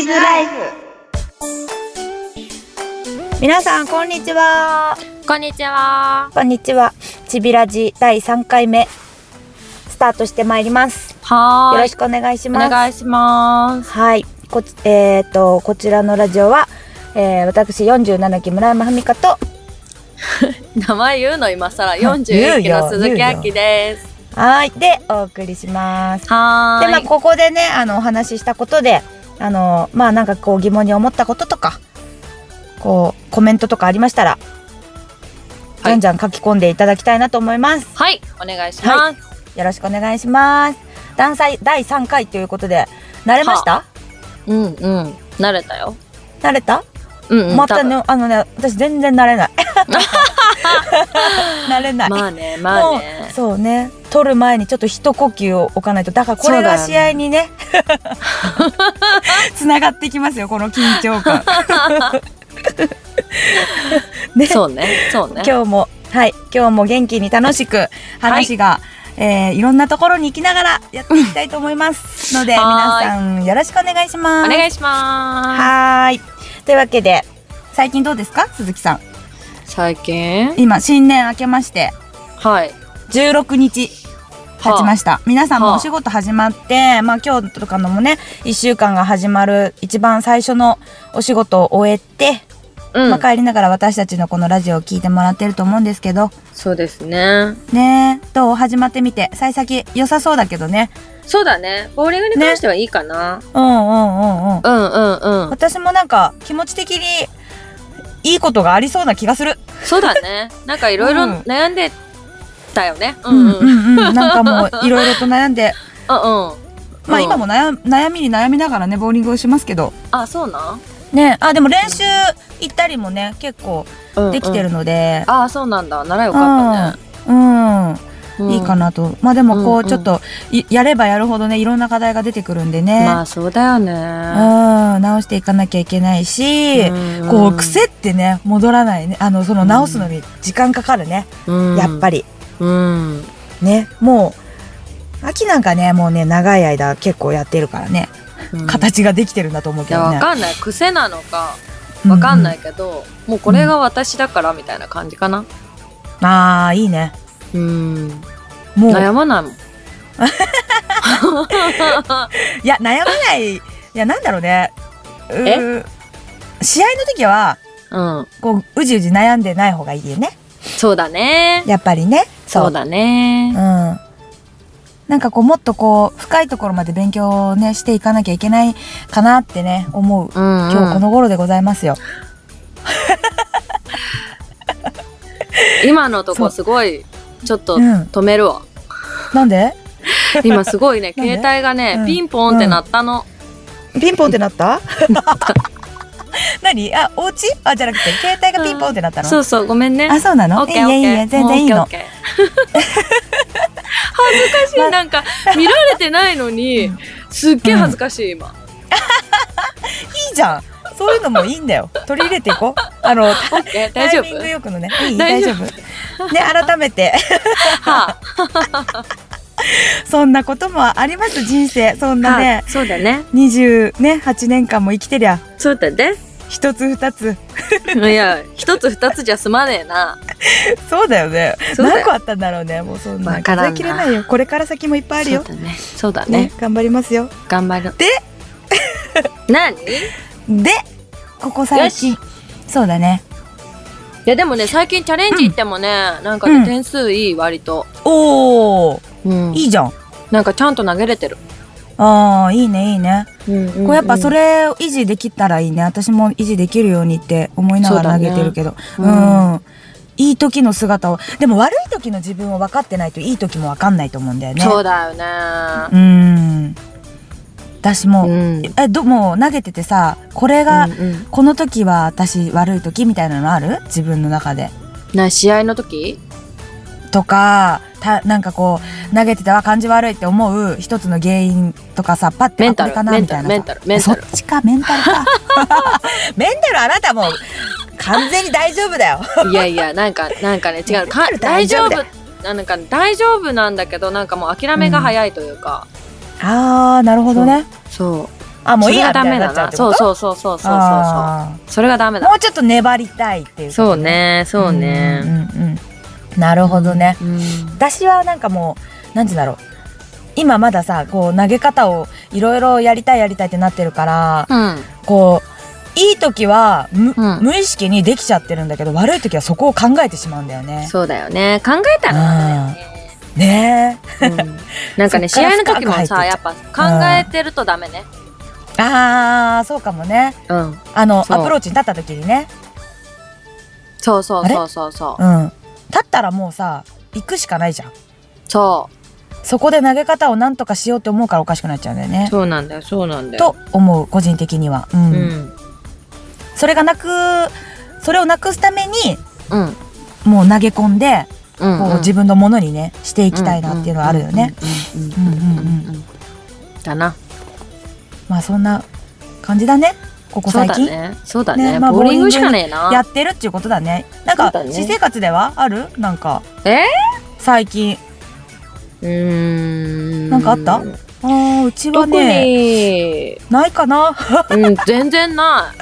ズライフ。 皆さんこんにちは。 こんにちは。 こんにちは。ちびラジ第3回目スタートしてまいります。 はーい。 よろしくお願いします。 お願いします。 はい。こちらのラジオは、私47期村山文香と名前言うの今更41期の鈴木あきです。 はいでお送りします。 はーい。 でここでねお話ししたことでなんかこう疑問に思ったこととかこうコメントとかありましたら、じゃんじゃん書き込んでいただきたいなと思います。 はい、お願いします。はい、 よろしくお願いします。第3回ということで慣れました？ 慣れたよ。 慣れた？またね私全然慣れない慣れない。 まあねそうね、撮る前にちょっと一呼吸を置かないと。だからこれが試合にねつながってきますよ、この緊張感ね、そうね今日も元気に楽しく話が、いろんなところに行きながらやっていきたいと思いますので皆さんよろしくお願いします。 お願いします。 はい。というわけで最近どうですか鈴木さん？ 最近今新年明けまして16日経ちました。皆さんもお仕事始まって、今日とかのもね1週間が始まる一番最初のお仕事を終えて、帰りながら私たちのこのラジオを聞いてもらってると思うんですけど。 そうですね。 どう始まってみて幸先良さそうだけどね。 そうだね。ボーリングに関してはいいかな。 私もなんか気持ち的にいいことがありそうな気がする。 そうだね。なんかいろいろ悩んでたよね。 なんかもういろいろと悩んで今も悩みに悩みながらねボーリングをしますけど。あ、そうなんね。でも練習行ったりもね結構できてるので、 あ、そうなんだ。ならよかったね。 いいかなと。でもこうちょっとやればやるほどねいろんな課題が出てくるんでね。 まあそうだよね。 直していかなきゃいけないし、こう癖ってね戻らないね。その直すのに時間かかるね、やっぱり。ね、もう秋なんかねもうね長い間結構やってるからね、形ができてるんだと思うけどね。 いやわかんない、癖なのかわかんないけど、もうこれが私だからみたいな感じかな。 あーいいね。もう悩まないもんいや悩まない。いやなんだろうね、試合の時はこううじうじ悩んでない方がいいよね。 そうだね、 やっぱりね。 そうだね。 なんかこうもっとこう深いところまで勉強をねしていかなきゃいけないかなってね思う、今日この頃でございますよ今のとこすごいちょっと止めるわ。 なんで？ 今すごいね携帯がねピンポンってなったの。 ピンポンってなった何？お家？じゃなくて携帯がピンポンってなったの？そうそうごめんね。 そうなの？いや全然いいの。 恥ずかしい。なんか見られてないのにすっげえ恥ずかしい今。 いいじゃん。そういうのもいいんだよ。取り入れていこう。 大丈夫？ タイミングよくのね。大丈夫。ね、改めて。そんなこともあります、人生。そんなね。 そうだね。 28年間も生きてりゃ。 そうだね。 一つ二つ。 いや、一つ二つじゃ済まねえな。 そうだよね。何個あったんだろうね。もうそんな数えきれないよ。これから先もいっぱいあるよ。 そうだね。 頑張りますよ。 頑張る。 で、 何？ で、ここ最近。そうだね。 いやでもね最近チャレンジ行ってもね、なんかね点数いい割と。 おー、いいじゃん。 なんかちゃんと投げれてる。 いいね。こうやっぱそれを維持できたらいいね。私も維持できるようにって思いながら投げてるけど、いい時の姿を。でも悪い時の自分を分かってないといい時も分かんないと思うんだよね。 そうだよね。 私ももう投げててさ、これがこの時は私悪い時みたいなのある？自分の中で。 試合の時とかなんかこう投げてて感じ悪いって思う一つの原因とかさ、パッてこれかなみたいな。メンタル。そっちか、メンタルかメンタルあなたもう完全に大丈夫だよいやなんかね違う。大丈夫なんか大丈夫なんだけど、なんかもう諦めが早いというか。 なるほどね。 そあ、もういいやみたいにそれがダメだな。 なっちゃうってこと。 そうそれがダメだ。 もうちょっと粘りたいっていうこと。 そうね。 なるほどね。 うん、 私はなんかもうなんて言うんだろう、今まださこう投げ方をいろいろやりたいってなってるから、こういい時は無意識にできちゃってるんだけど、悪い時はそこを考えてしまうんだよね。 そうだよね。考えたらダメだよね。 なんかね、試合の時もさ、やっぱ考えてるとダメね。 ああ、そうかもね。アプローチに立った時にね。 そう。立ったらもうさ行くしかないじゃん。 そこで投げ方をなんとかしようって思うからおかしくなっちゃうんだよね。 そうなんだよと思う、個人的には。それをなくすために、もう投げ込んで、こう自分のものにねしていきたいなっていうのはあるよね。 だな。 まあそんな感じだね、ここ最近。 そうだね。ボーリングしかねえな。 やってるっていうことだね。なんか私生活ではある？なんか最近なんかあった？うちはねないかな。 全然ない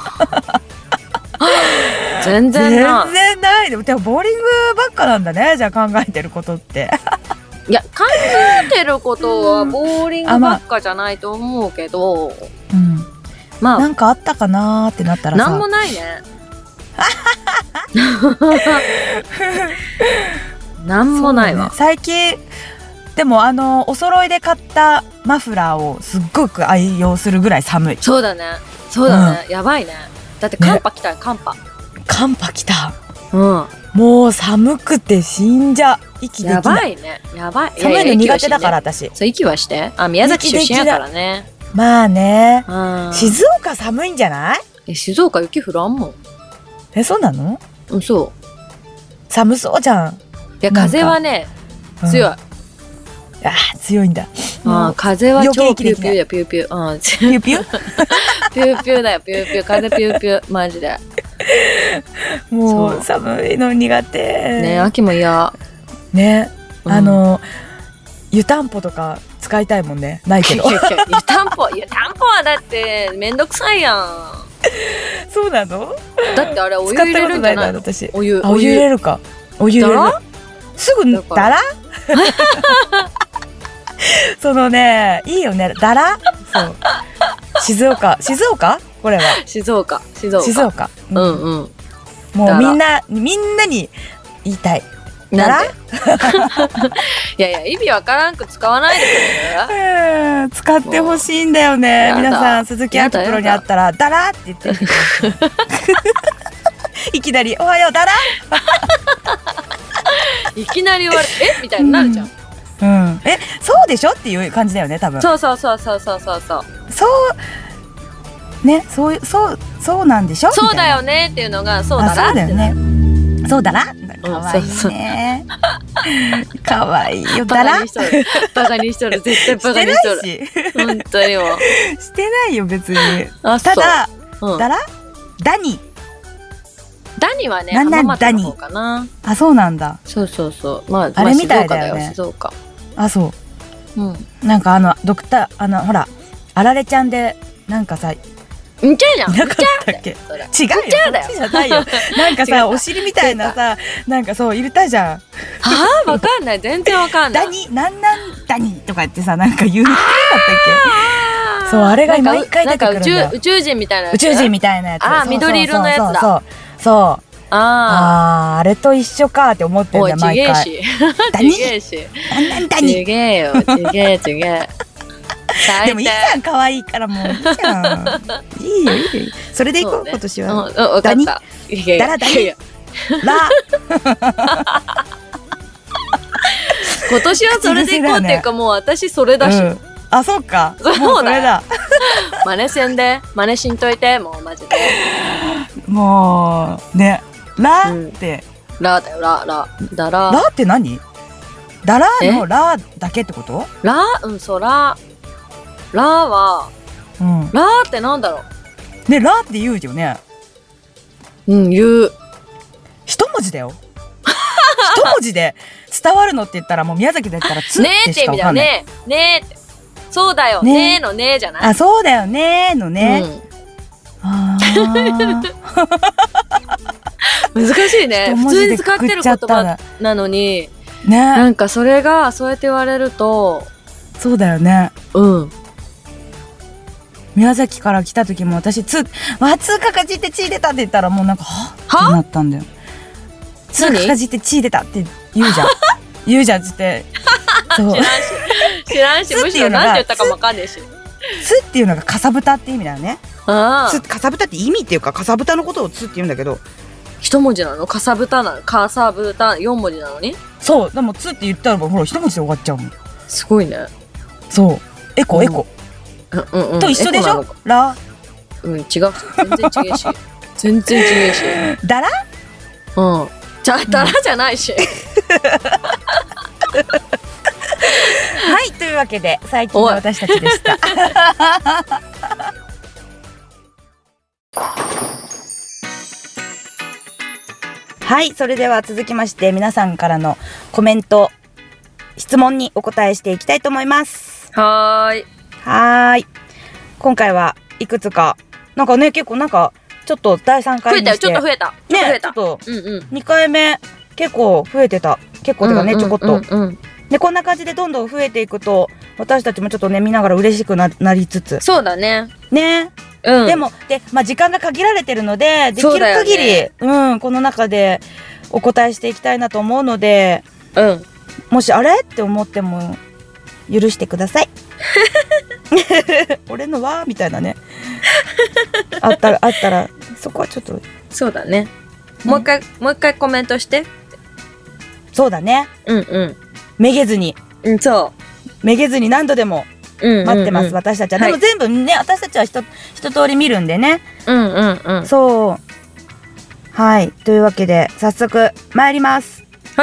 全然ない。でもボーリングばっかなんだね。じゃあ考えてることっていや、考えてることはボーリングばっかじゃないと思うけど、まあなんかあったかなーってなったらさ、 なんもないねなんもないわ。 最近でもお揃いで買ったマフラーをすっごく愛用するぐらい寒い。 そうだね、やばいね。だって寒波来たよ、寒波来た。もう寒くて死んじゃ息できない。やばいね、やばい。 寒いの苦手だから私。 そう、息はして。宮崎出身やからね。 まあね、静岡寒いんじゃない？ 静岡雪降らんもん。 そうなの？ そう。 寒そうじゃん。 いや、風はね強い。 強いんだ。 風は超ピューピューや、ピューピュー。 ピューピューピューピューだよ、ピューピュー。風ピューピュー、マジで。 もう寒いの苦手ね。秋も嫌ね。湯たんぽとか使いたいもんね。ないけど。湯たんぽはだってめんどくさいやん。 そうなの？ だってあれお湯入れるんじゃないの？ お湯入れるか。お湯入れる。すぐだら？そのね、いいよね、だら。そう。静岡これは。静岡。もうみんなに言いたい。だら？いや意味わからんく使わないでくれる？ 使ってほしいんだよね。皆さん鈴木亜希プロに会ったらだらって言っていきなりおはようだらいきなり言われみたいになるじゃん。 そうでしょっていう感じだよね、多分。 そうね、そうなんでしょ。 そうだよねっていうのがそうだらってね。 そうだら。かわいいね。かわいいよ。だら。 バカにしとる。絶対バカにしとる。本当にもう。 してないよ別に。ただだら。ダニはね、浜松の方かな。そうなんだ。 そう。まああれみたいだよね。 静岡。 そう。なんかドクターほらあられちゃんでなんかさ。 うんちゃじゃん。 なかったっけ？違うよ。そっちじゃないよ。なんかさ、お尻みたいなさ、なんかそう入れたじゃん。 わかんない。全然わかんない。 ダニとか言ってさ、なんか言うてなかったっけ？そう、あれが毎回出てくるんだよ。 宇宙人みたいなやつ。 宇宙人みたいなやつ。 緑色のやつだ。 そう。あれと一緒かって思ってんだよ毎回。 ちげえし。 ダニ。 ちげえよ。ちげえ。 でもいいじゃん、可愛いからもういいじゃん。いいよ。それでいこう、今年は。ダニ。だらダニ。 今年はそれでいこうっていうか、もう私それだし。 そうか。そうだ。 真似しんといて、もうマジで。 もうね、ラってラだよ、ラだら。 ラって何？だらのラだけってこと？ そうラはラってなんだろうね。ラって言うよね。 言う。 一文字だよ。一文字で伝わるのって言ったらもう宮崎だったらつってしかわかんない。 ねえって。 そうだよねのねじゃない？ あ、そうだよねのね。あ難しいね。普通に使ってる言葉なのに、 ね、 なんかそれがそうやって言われると、 そうだよね。 うん。 宮崎から来た時も私通かかじって血出たって言ったらもうなんかはってなったんだよ。通かかじって血出たって言うじゃん言うじゃんっつって。そう知らんしむしろ何て言ったかもわかんないし。 つっていうのがかさぶたって意味だよね。 つかさぶたって意味っていうかかさぶたのことをつって言うんだけど、 一文字なの？かさぶたなの？かさぶた4文字なのに？そう。 でもつって言ったらほら一文字で終わっちゃうもん。 すごいね。 そう。エコ、と一緒でしょ？ら。 うん、違う。全然違えし。全然違えし。 だら？ うん。だらじゃないし。 はい、というわけで最近の私たちでした。はい、それでは続きまして皆さんからのコメント、質問にお答えしていきたいと思います。 はーい。 今回はいくつかなんかね、結構なんかちょっと第3回にしてちょっと増えたね、ちょっと2回目結構増えてた。結構てかね、ちょこっとでこんな感じでどんどん増えていくと私たちもちょっとね見ながら嬉しく なりつつ。 そうだね。 でも時間が限られてるのでできる限り、この中でお答えしていきたいなと思うので、もしあれって思っても許してください。俺のはみたいなねあったらそこはちょっとそうだね。もう一回コメントして。 そうだね。めげずに、めげずに何度でも待ってます、私たちは。でも全部ね、私たちは一通り見るんでね。そう。はい、というわけで早速参ります。 はい。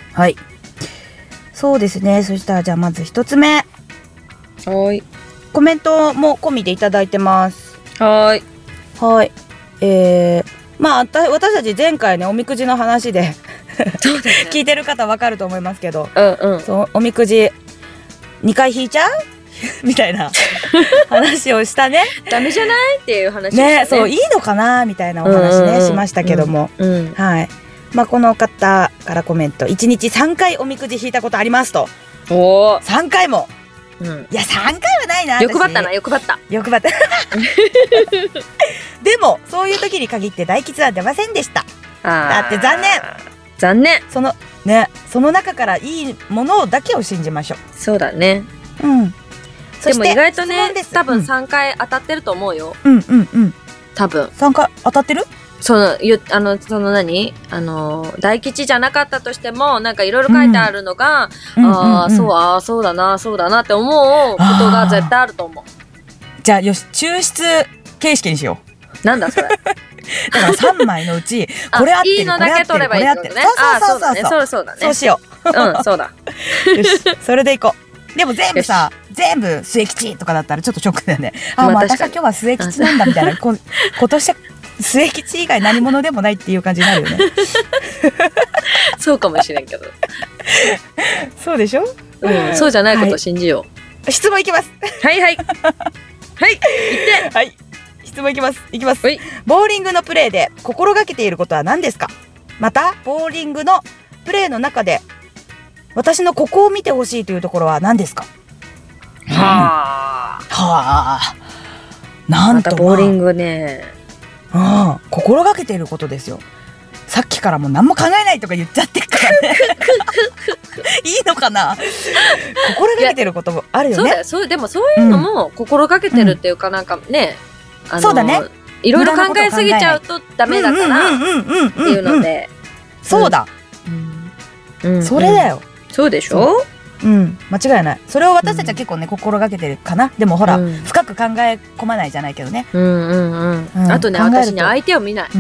そうですね。そしたらじゃあまず一つ目。 はい。 コメントも込みでいただいてます。 はい。 まあ私たち前回ねおみくじの話で聞いてる方わかると思いますけど、そうおみくじ2回引いちゃうみたいな話をしたね。 ダメじゃないっていう話をしたね。 そういいのかなみたいなお話ねしましたけども、はい。まあこの方からコメント、1日3回おみくじ引いたことありますと。3回も。いや3回はないな。 欲張ったな。欲張ったでもそういう時に限って大吉は出ませんでした。だって残念。その中からいいものだけを信じましょう。 そうだね。でも意外とね多分3回当たってると思うよ。多分 3回当たってる？ 大吉じゃなかったとしてもなんかいろいろ書いてあるのが、そうだなって思うことが絶対あると思う。 じゃあよし、抽出形式にしよう。 なんだそれ。 だから3枚のうちこれ合ってる、 いいのだけ取ればいいってことね。そうだね。 そうしよう。 そうだ。 よし、それでいこう。でも全部末吉とかだったらちょっとショックだよね。私は今日は末吉なんだみたいな。今年は末吉以外何者でもないっていう感じになるよね。 そうかもしれんけど。 そうでしょ？ そうじゃないことを信じよう。質問いきます。 はい。言って。 はい。質問いきます。ボーリングのプレーで心がけていることは何ですか？またボーリングのプレーの中で私のここを見てほしいというところは何ですか？なんとボーリングね。 心がけていることですよ。さっきからもう何も考えないとか言っちゃってるからね。いいのかな？心がけてることもあるよね。 でもそういうのも心がけてるっていうかなんかね、 そうだね。 いろいろ考えすぎちゃうとダメだからっていうので。 そうだ。それだよ。 そうでしょ？ 間違いない。それを私たちは結構ね心がけてるかな。でもほら深く考え込まないじゃないけどね。 あとね、私ね相手を見ない。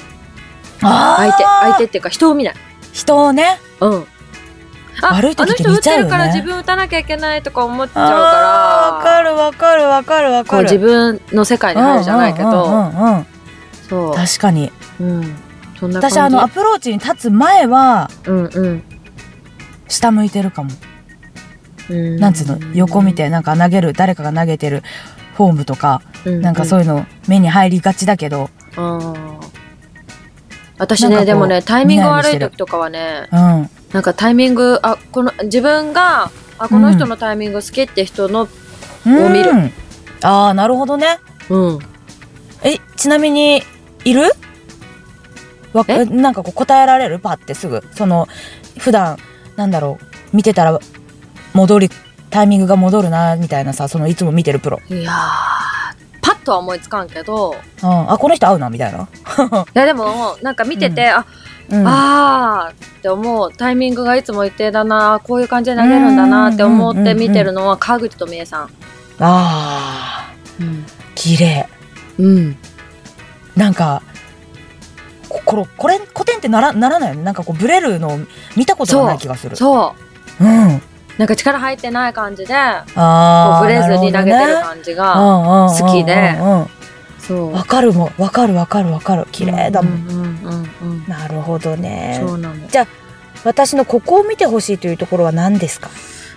相手っていうか人を見ない。 人をね。悪い時って見ちゃうよね。あの人打ってるから自分打たなきゃいけないとか思っちゃうから。わかる。自分の世界に入るじゃないけど。そう。 確かに。 そんな感じ。 私アプローチに立つ前は下向いてるかも。 なんつうの、横見てなんか誰かが投げてるフォームとか、なんかそういうの目に入りがちだけど、 私ね、でもね、タイミング悪い時とかはね、なんかタイミング、自分が、この人のタイミング好きって人の、を見る。 ああ、なるほどね。ちなみに、いる？なんかこう答えられる？パってすぐ。普段、なんだろう、見てたら、タイミングが戻るな、みたいなさ、いつも見てるプロ。 いやー、パッとは思いつかんけど。 この人合うな、みたいな。いや、でも、なんか見てて、って思うタイミングがいつも一定だな、こういう感じで投げるんだなって思って見てるのは川口とみえさん。 綺麗。なんかこれ古典ってならないよね。なんかこうブレるのを見たことがない気がする。なんか力入ってない感じで、ブレずに投げてる感じが好きで。わかるわかる。綺麗だもん。なるほどね。じゃあ私のここを見てほしいというところは何ですか？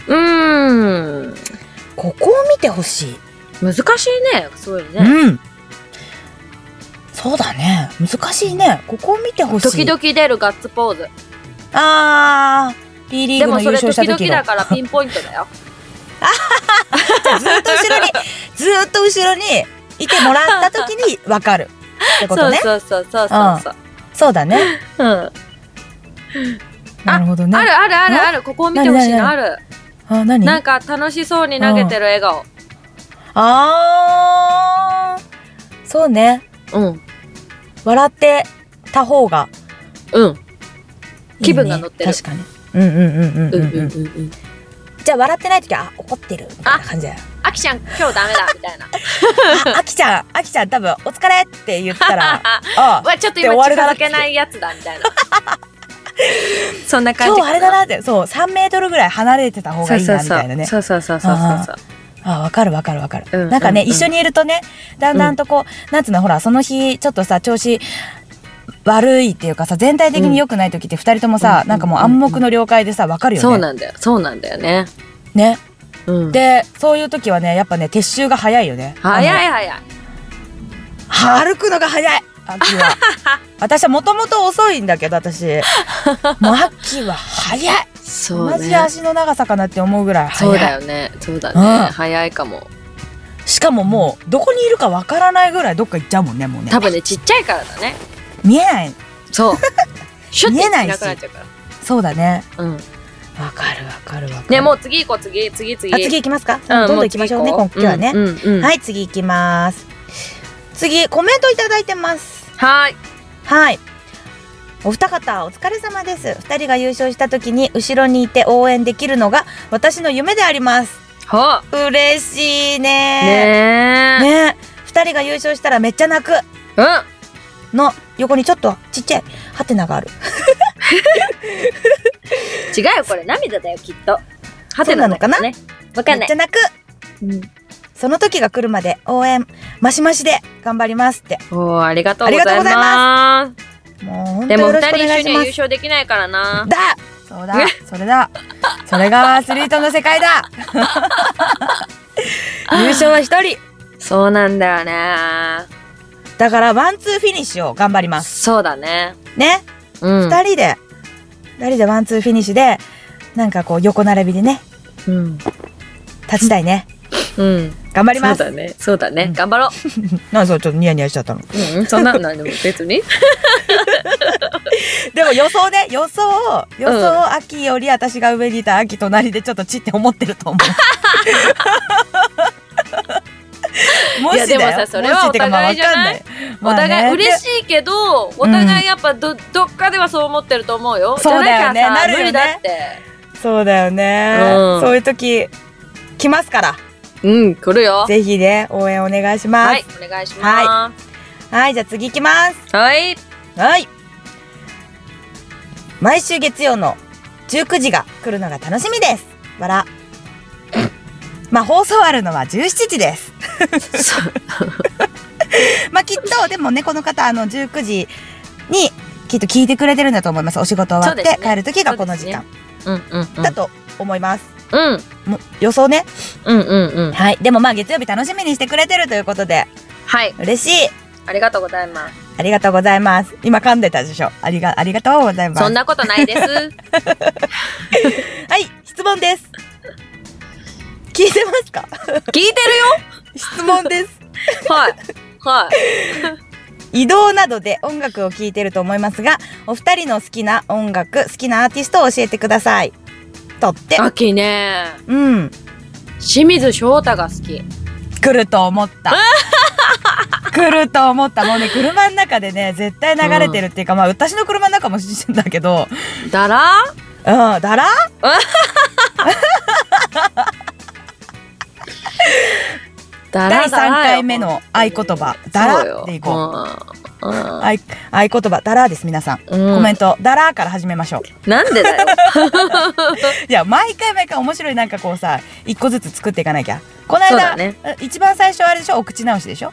ここを見てほしい。 難しいね、そういうね。 そうだね、難しいね。ここを見てほしい。 時々出るガッツポーズ。 P リーグの優勝した時の。 でもそれ時々だからピンポイントだよ。 ずっと後ろにいてもらった時に分かるってことね。そうだね。なるほどね。 ある。ここを見てほしいのある。 何？ なんか楽しそうに投げてる笑顔。 そうね。笑ってた方が気分が乗ってる。 確かに。じゃあ笑ってない時は怒ってるみたいな感じだよ。 あきちゃん今日ダメだみたいな。 あきちゃん多分お疲れって言ったらちょっと今近づけないやつだみたいな。そんな感じ。 今日あれだなって、3メートルぐらい離れてた方がいいなみたいなね。 そう。 わかる。なんかね、一緒にいるとね、だんだんとこう、なんつうの、ほら、その日ちょっとさ、調子悪いっていうかさ、全体的に良くない時って2人ともさ、なんかもう暗黙の了解でさ、わかるよね。 そうなんだよね。 ね。で、そういう時はね、やっぱね、撤収が早いよね。 早い。 歩くのが早い。秋は。私はもともと遅いんだけど、もう秋は早い。同じ足の長さかなって思うぐらい早い。 そうだね。早いかも。 しかももうどこにいるかわからないぐらいどっか行っちゃうもんね、もうね。 多分ね、ちっちゃいからだね。 見えない。 そう。 見えないし。 なくなっちゃうから。 そうだね。わかる。 ね、もう次行こう。次。 次行きますか？どんどん行きましょうね、今日はね。はい、次行きます。次、コメントいただいてます。はい。お二方お疲れ様です。二人が優勝した時に後ろにいて応援できるのが私の夢であります。嬉しいね。二人が優勝したらめっちゃ泣く。の横にちょっとちっちゃいハテナがある。 違うよ、これ涙だよきっと。ハテナなのかな？わかんない。 めっちゃ泣く。その時が来るまで応援マシマシで頑張りますって。 ありがとうございます。もう本当によろしくお願いします。でも2人一緒には優勝できないからな。 そうだ、それだ。それがアスリートの世界だ。優勝は1人。 そうなんだよね。 だからワンツーフィニッシュを頑張ります。 そうだね。 2人でワンツーフィニッシュでなんかこう横並びでね、立ちたいね。頑張ります。 そうだね。頑張ろう。 なんでちょっとニヤニヤしちゃったの？ そんな何でも別に。 でも予想秋より私が上にいた秋隣でちょっとちって思ってると思う。 いやでもさ、それはお互いじゃない？お互い嬉しいけど、お互いやっぱどっかではそう思ってると思うよ。 そうだよね。なるよね。 無理だって。 そうだよね。そういう時来ますから。 来るよ。 ぜひね、応援お願いします。 はい、お願いします。 はい、じゃあ次行きます。はい。毎週月曜の19時が来るのが楽しみです。放送あるのは17時です。きっとでもね、この方19時にきっと聞いてくれてるんだと思います。お仕事終わって帰る時がこの時間だと思います。 予想ね。 はい。でもまあ月曜日楽しみにしてくれてるということで。 はい。 嬉しい。 ありがとうございます。 ありがとうございます。今噛んでたでしょ。ありがとうございます。 そんなことないです。 はい、質問です。聞いてますか？ 聞いてるよ。 質問です。 はい。 移動などで音楽を聴いてると思いますが、お二人の好きな音楽、好きなアーティストを教えてください。とって。 秋ね。清水翔太が好き。 来ると思った。来ると思った。もうね、車の中でね、絶対流れてるっていうか、まあ私の車の中もしてんだけど。 だら？ だら？第3回目の合言葉、だらでいこう。合言葉、だらです、皆さん。コメント、だらから始めましょう。なんでだよ。 いや、毎回面白いなんかこうさ、一個ずつ作っていかなきゃ。この間、一番最初あれでしょ、お口直しでしょ。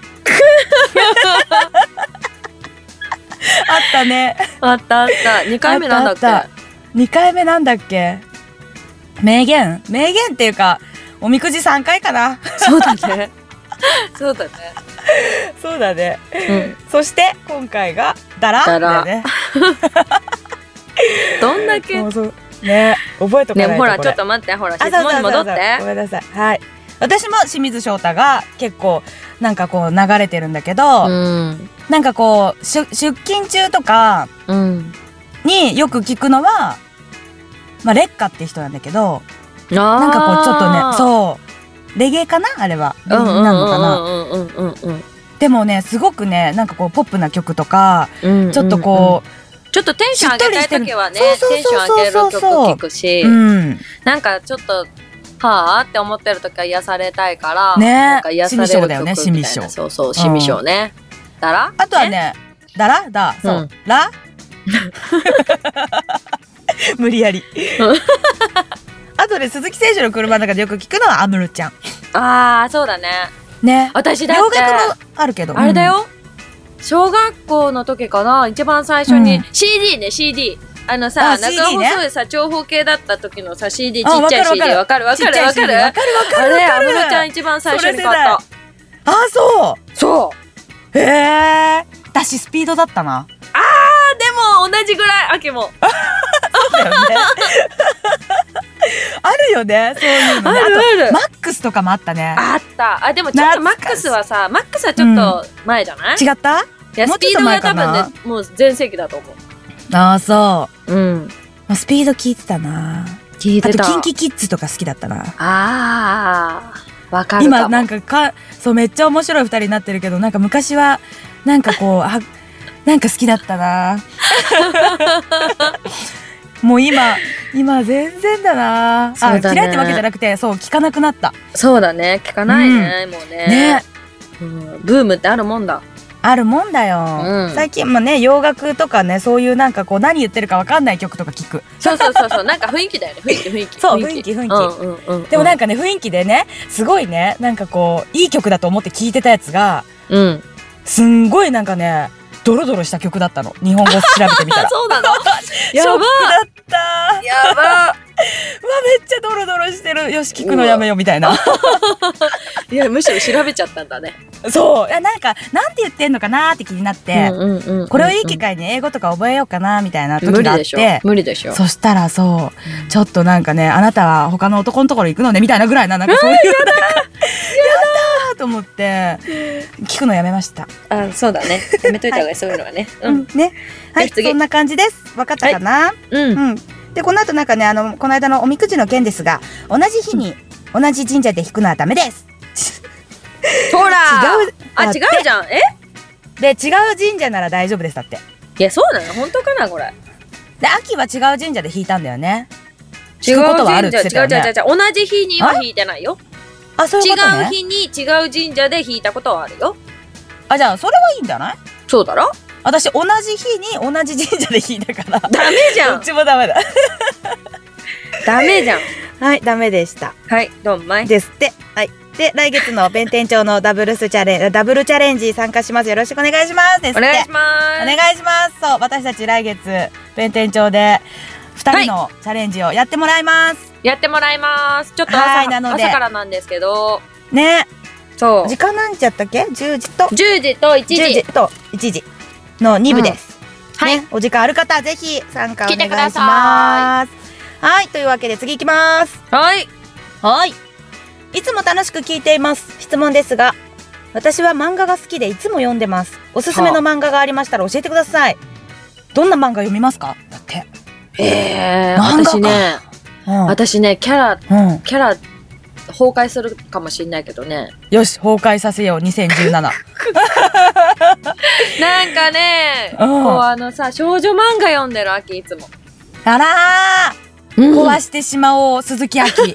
あったね。 あった。2回目なんだっけ ？2回目なんだっけ？名言っていうか、おみくじ3回かな。 そうだね。そうだね。 そして今回がだらだよね。 どんだけね、覚えとかないと。 ね、ほらちょっと待って、ほら質問に戻って。 ごめんなさい。はい。私も清水翔太が結構なんかこう流れてるんだけど、なんかこう出勤中とかによく聞くのは、まあ劣化って人なんだけど、なんかこうちょっとね、そうレゲエかなあれは。なのかな。でもね、すごくね、なんかこうポップな曲とか、ちょっとこうちょっとテンション上げたい時はね、テンション上げる曲聴くし、なんかちょっとはぁって思ってる時は癒されたいから、なんか癒される曲みたいな。そうそう、しみしょうね。だら？ あとはね、だらそう。ら？無理やり。あとで鈴木選手の車の中でよく聞くのは安室ちゃん。 ああ、そうだね。 ね。 私だって。 洋楽もあるけど。 あれだよ。小学校の時かな、一番最初に CD ね、CD。さ、中細いさ、長方形だった時のさ、CD、ちっちゃい CD。わかるあれ、安室ちゃん一番最初に買った。 あ、そうへえ。私スピードだったな。 でも同じぐらい、秋も。 そうだよね。あるよね、そういうのね。あとマックスとかもあったね。 あった。でもちょっとマックスはちょっと前じゃない？ 違った？ いや、スピードが多分ね、もう全盛期だと思う。 ああ、そう。スピード聞いてたな。 聞いてた。 あとキンキキッズとか好きだったな。 わかるかも。 今なんかそうめっちゃ面白い2人になってるけど、なんか昔はなんかこうなんか好きだったな。もう今全然だな。嫌いってわけじゃなくて、そう聞かなくなった。 そうだね、聞かないね、もうね。ブームってあるもんだ。 あるもんだよ。最近もね、洋楽とかね、そういうなんかこう何言ってるかわかんない曲とか聞く。 そう、なんか雰囲気だよね、雰囲気。 そう、雰囲気。でもなんかね、雰囲気でね、すごいね、なんかこういい曲だと思って聞いてたやつが、すんごいなんかね、ドロドロした曲だったの。日本語調べてみたら。 そうなの？やばだった。 やば。うわ、 めっちゃドロドロしてる。よし、聞くのやめようみたいな。 いや、むしろ調べちゃったんだね。 そう。いや、なんか、なんて言ってんのかなーって気になって、これをいい機会に英語とか覚えようかなみたいな時があって。 無理でしょ。 そしたらそう、ちょっとなんかね、あなたは他の男のところ行くのねみたいなぐらいな、なんかそういう。やだーと思って、聞くのやめました。 そうだね。やめといた方がいい、そういうのはね。 ね。はい、そんな感じです。わかったかな？で、この後なんかね、この間のおみくじの件ですが、同じ日に同じ神社で引くのはダメです。 ほら違うじゃん。 で、違う神社なら大丈夫ですだって。 いや、そうなの？本当かなこれ。 で、秋は違う神社で引いたんだよね。 違うことはあるって言ってたよね。違う。同じ日には引いてないよ。 そういうことね。 違う日に違う神社で引いたことはあるよ。 じゃあそれはいいんじゃない？ そうだろ？ 私同じ日に同じ神社で引いたから。 ダメじゃん。 どっちもダメだ。 ダメじゃん。 はい、ダメでした。 はい、どんまい。 ですって。はい。で、来月の弁天町のダブルチャレンジ参加します。よろしくお願いします。ですって。 お願いします。 お願いします。そう、私たち来月弁天町で2人のチャレンジをやってもらいます。 やってもらいます。ちょっとはいなので朝からなんですけど。 ね。 そう。 時間何時やったっけ？10時と 10時と1時。 10時と1時の2部です。 はい、 ね。お時間ある方はぜひ参加お願いし来てくだます。はい。というわけで次行きます。 はい。 はい。いつも楽しく聞いています。質問ですが、私は漫画が好きでいつも読んでます。おすすめの漫画がありましたら教えてください。どんな漫画読みますか？だって。 私ね、私ね、キャラ崩壊するかもしれないけどね。 よし、崩壊させよう、2017。なんかね、こうさ、少女漫画読んでる秋いつも。 あらー、壊してしまおう、鈴木秋。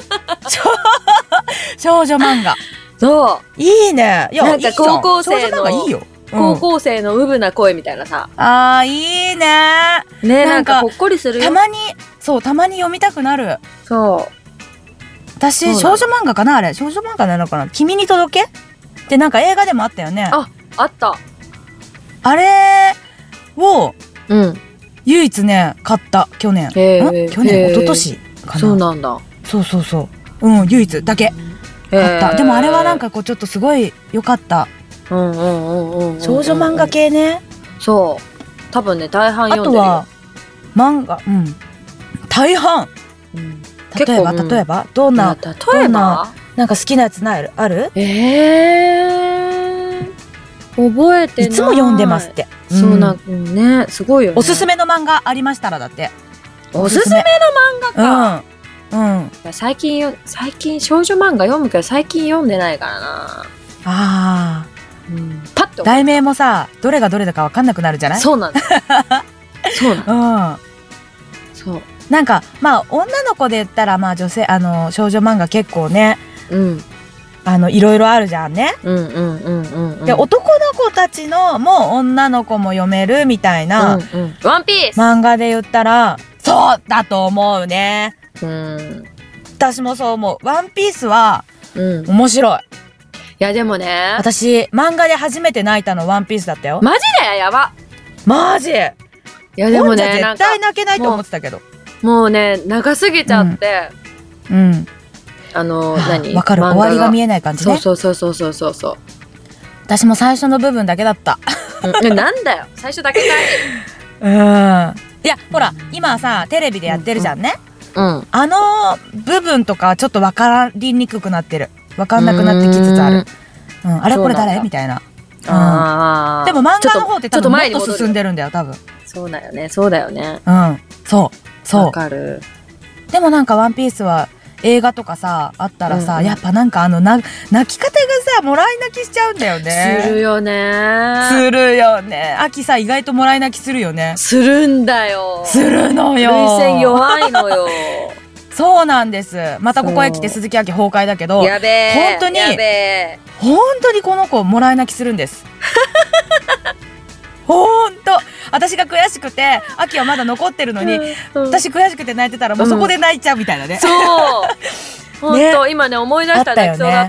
少女漫画。 そう。 いいね。いや、 なんか高校生の、 いいよ。 高校生のうぶな声みたいなさ。 あー、いいね。 ね、なんかほっこりするよ。 たまに読みたくなる。 そう。 私、少女漫画かなあれ。少女漫画なのかな？君に届けってなんか映画でもあったよね。 あった。 あれを、唯一ね、買った、去年。一昨年かな。 そうなんだ。 そう。唯一だけ買った。でもあれはなんかこうちょっとすごい良かった。少女漫画系ね。 そう。多分ね、大半読んでるよ。あとは、漫画、大半。例えばどんななんか好きなやつある？ 覚えてない。 いつも読んでますって。 そうなんね、すごいよね。 おすすめの漫画ありましたらだって。 おすすめの漫画か。最近少女漫画読むけど最近読んでないからな。パッと題名もさ、どれがどれだか分かんなくなるじゃない？ そうなんだ。そうなんだ。そう。 なんかまあ女の子で言ったらまあ女性少女漫画結構ね、いろいろあるじゃんね。で男の子たちのも女の子も読めるみたいなワンピース漫画で言ったらそうだと思うね。私もそう思う。ワンピースは面白い。いやでもね、 私漫画で初めて泣いたのワンピースだったよ。 マジでやば。 マジ。いやでもね、 絶対泣けないと思ってたけど。 もうね、長すぎちゃって。何？ わかる。終わりが見えない感じね。 そう。 私も最初の部分だけだった。 なんだよ。最初だけかい。 いや、ほら、今さ、テレビでやってるじゃんね。あの部分とかちょっとわかりにくくなってる。わかんなくなってきつつある。あれこれ誰みたいな。でも漫画の方って多分もっと進んでるんだよ、多分。 そうだよね。そう。わかる。 でもなんかワンピースは映画とかさあったらさ、やっぱなんか泣き方がさもらい泣きしちゃうんだよね。 するよね。秋さ意外ともらい泣きするよね。 するんだよ。 するのよ。 涙腺弱いのよ。 そうなんです。またここへ来て鈴木亜希崩壊だけど、 やべえ。 本当にこの子もらい泣きするんです。ほんと私が悔しくて秋はまだ残ってるのに、私悔しくて泣いてたらもうそこで泣いちゃうみたいなね。 そうほんと、今ね思い出したら泣きそうだった。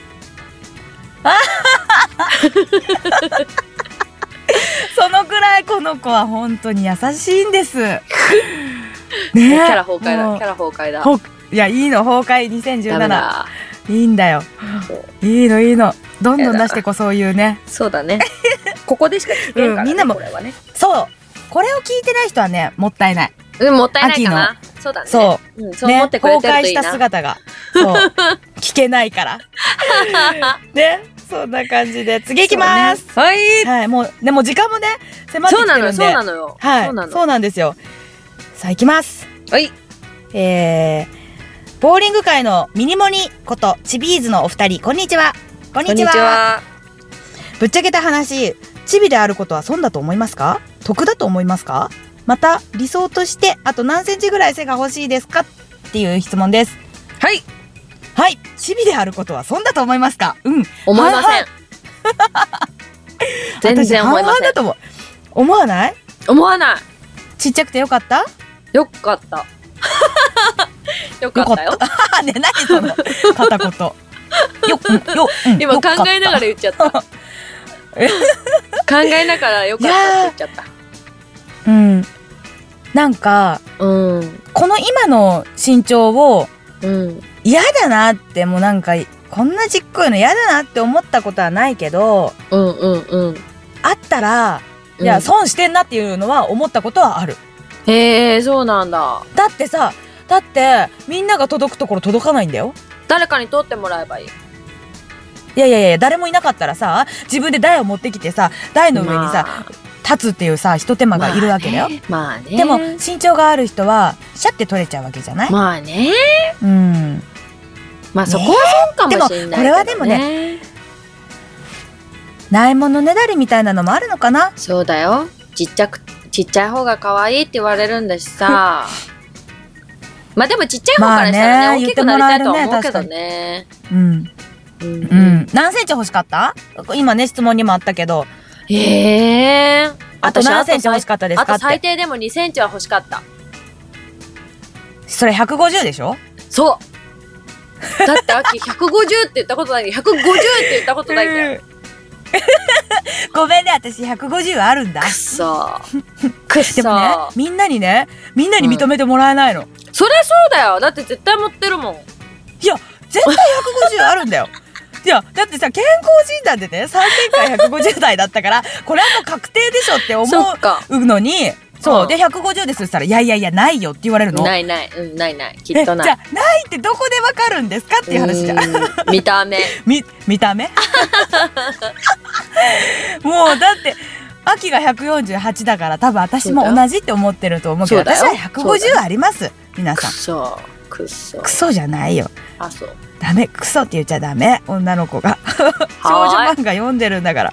そのぐらいこの子は本当に優しいんです。ね、 キャラ崩壊だ。 いやいいの、崩壊2017いいんだよ。いいのどんどん出してこ、そういうね。 そうだね。ここでしか聞けんからね、 みんなもこれはね。 そう、これを聞いてない人はねもったいない。 もったいないかな。そうだね。そう思ってくれてるといいな。 崩壊した姿が聞けないからね。そんな感じで次いきます。はい。もうでも時間もね迫ってきてるんで。 そうなのよ。 はい。そうなんですよ。さあいきます。 はい。 ボーリング界のミニモニことチビーズのお二人、こんにちは。こんにちは。ぶっちゃけた話、チビであることは損だと思いますか？得だと思いますか？また理想としてあと何センチぐらい背が欲しいですかっていう質問です。 はいはい。チビであることは損だと思いますか？ 思いません。全然思いません。 だと思う。思わない？ 思わない。 ちっちゃくてよかった？ よかった。よかったよ。 ね、何その片言。 今考えながら言っちゃった。考えながらよかったって言っちゃった。 なんか、 この今の身長をうん嫌だなって、もうなんかこんなちっこいの嫌だなって思ったことはないけど、 うんうんうん。 あったらいや、損してんなっていうのは思ったことはある。 へえ、そうなんだ。 だってみんなが届くところ届かないんだよ。 誰かに取ってもらえばいい。 いや誰もいなかったらさ、自分で台を持ってきてさ、台の上にさ、立つっていうさ、一手間がいるわけだよ。 まあね。 でも身長がある人はシャッて取れちゃうわけじゃない？ まあね。 うん。 まあそこはそうかもしれないけどね。 でもこれはでもね、ないものねだりみたいなのもあるのかな。 そうだよ。ちっちゃい方が可愛いって言われるんだしさ。まあでもちっちゃい方からしたらね、大きくなりたいとは思うけどね。 うん何センチ欲しかった？今ね、質問にもあったけど。あと何センチ欲しかったですかって。 あと最低でも2センチは欲しかった。 それ150でしょ？ そう。だって秋150って言ったことないけど、150って言ったことないんだよ。 ごめんね、私150あるんだ。 くそでもね、みんなに認めてもらえないの。 そりゃそうだよ。だって絶対持ってるもん。いや、絶対150あるんだよ。いや、だってさ、健康診断でね、3年間150代だったから、これはもう確定でしょって思うのに、そう、で、150ですって言ったら、いや、ないよって言われるの。 ない、きっとない。 じゃあ、ないってどこでわかるんですかっていう話じゃん。 見た目。 見た目もう、だって、秋が148だから、多分私も同じって思ってると思うけど、私は150あります。皆さん。 クソクソじゃないよ。 あ、そう。 ダメ、クソって言っちゃダメ、女の子が。少女漫画読んでるんだから。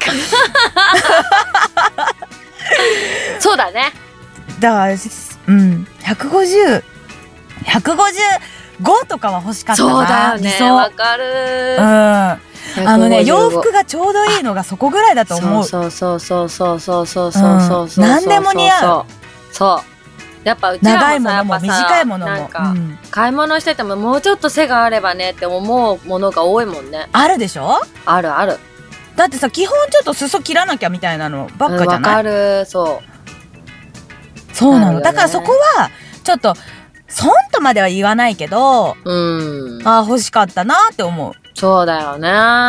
そうだね。 だから、155とかは欲しかったな。 そうだよね。わかる。 洋服がちょうどいいのがそこぐらいだと思う。 そう。 何でも似合う。 そう。やっぱうちらもさ、 長いものも短いものもなんか、買い物しててももうちょっと背があればねって思うものが多いもんね。 あるでしょ？ ある。 だってさ、基本ちょっと裾切らなきゃみたいなのばっかじゃない？ わかる。 そうなの。だからそこはちょっと損とまでは言わないけど、欲しかったなって思う。 そうだよね。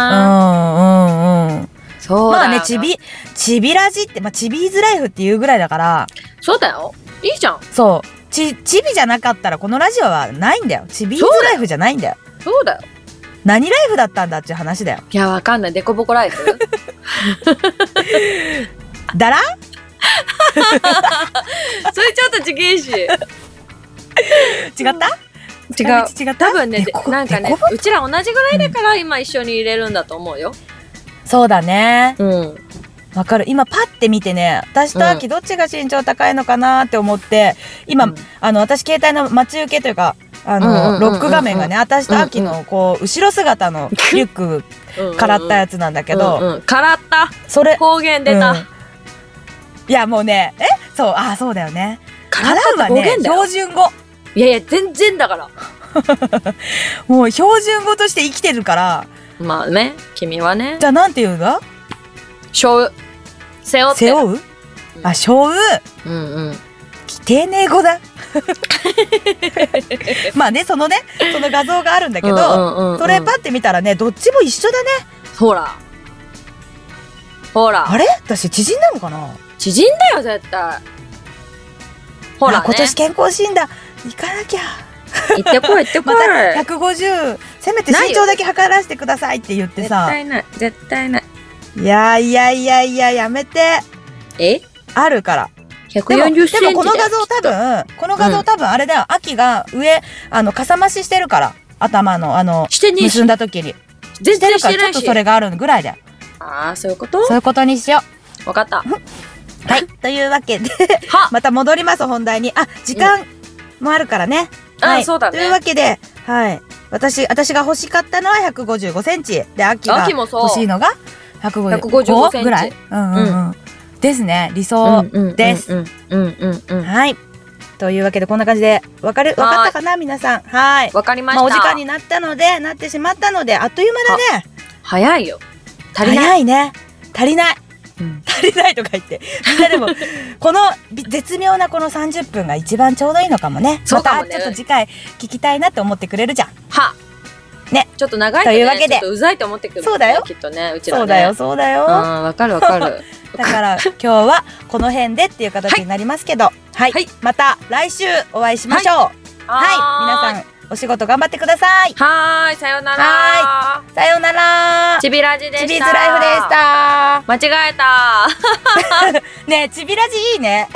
そうだよね。 まあね、ちびラジって、ちびーズライフっていうぐらいだから。 そうだよ。いいじゃん。 そう。ちびじゃなかったらこのラジオはないんだよ。ちびーズライフじゃないんだよ。 そうだよ。 何ライフだったんだっていう話だよ。 いや、わかんない。デコボコライフだらそれちょっとちげえし。違った違う。 多分ね、なんかね、うちら同じぐらいだから今一緒に入れるんだと思うよ。 そうだね。わかる。今パッて見てね、私とアキどっちが身長高いのかなって思って、今、私携帯の待ち受けというか、ロック画面がね、私とアキのこう、後ろ姿のリュック、からったやつなんだけど。 からった。 それ。 方言出た。 いや、もうね、そう、そうだよね。からうはね、標準語。 いや、全然だから。 もう標準語として生きてるから。 まあね、君はね。 じゃあなんて言うんだ？ 背負う。背負ってる。 背負う？背負う。丁寧語だ。まあね、その画像があるんだけど、それパッて見たらね、どっちも一緒だね。 ほら。 あれ？私縮んだのかな？ 縮んだよ、絶対。ほらね。 今年健康診断行かなきゃ。 行ってこい。 また150、せめて身長だけ測らせてくださいって言ってさ。 絶対ない。 いや、やめて。あるから。 140センチ。 でもこの画像多分あれだよ。秋が上、かさ増ししてるから。頭の、結んだ時に。 全然してないし。 ちょっとそれがあるぐらいだよ。 ああ、そういうこと？ そういうことにしよう。わかった。 はい。というわけで、また戻ります、本題に。時間もあるからね。はい。 そうだね。 というわけで、はい。私が欲しかったのは155センチ。で、秋が欲しいのが155センチぐらい。ですね。理想です。はい。というわけで、こんな感じで、わかったかな皆さん。はい。 わかりました。 お時間になってしまったので、あっという間だね。 早いよ。 早いね。足りない。 足りないとか言ってみんなでもこの絶妙なこの30分が一番ちょうどいいのかもね。 そうかもね。 またちょっと次回聞きたいなって思ってくれるじゃん。 はね、 ちょっと長いとね、 というわけでちょっとうざいと思ってくる、ね、 そうだよきっとね、うちらね。 そうだよそうだよ。 わかるわかる。 だから今日はこの辺でっていう形になりますけど、はい、また来週お会いしましょう。はい、皆さんお仕事頑張ってください。 はい、さようなら。 はい、さようなら。 ちびラジでした。 ちびズライフでした。 間違えた。 ねえ、ちびラジいいね。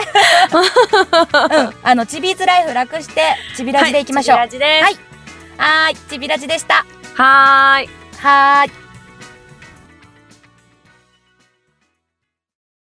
ちびズライフ楽してちびラジでいきましょう。 ちびラジです。 はい、ちびラジでした。 はーい。 はーい。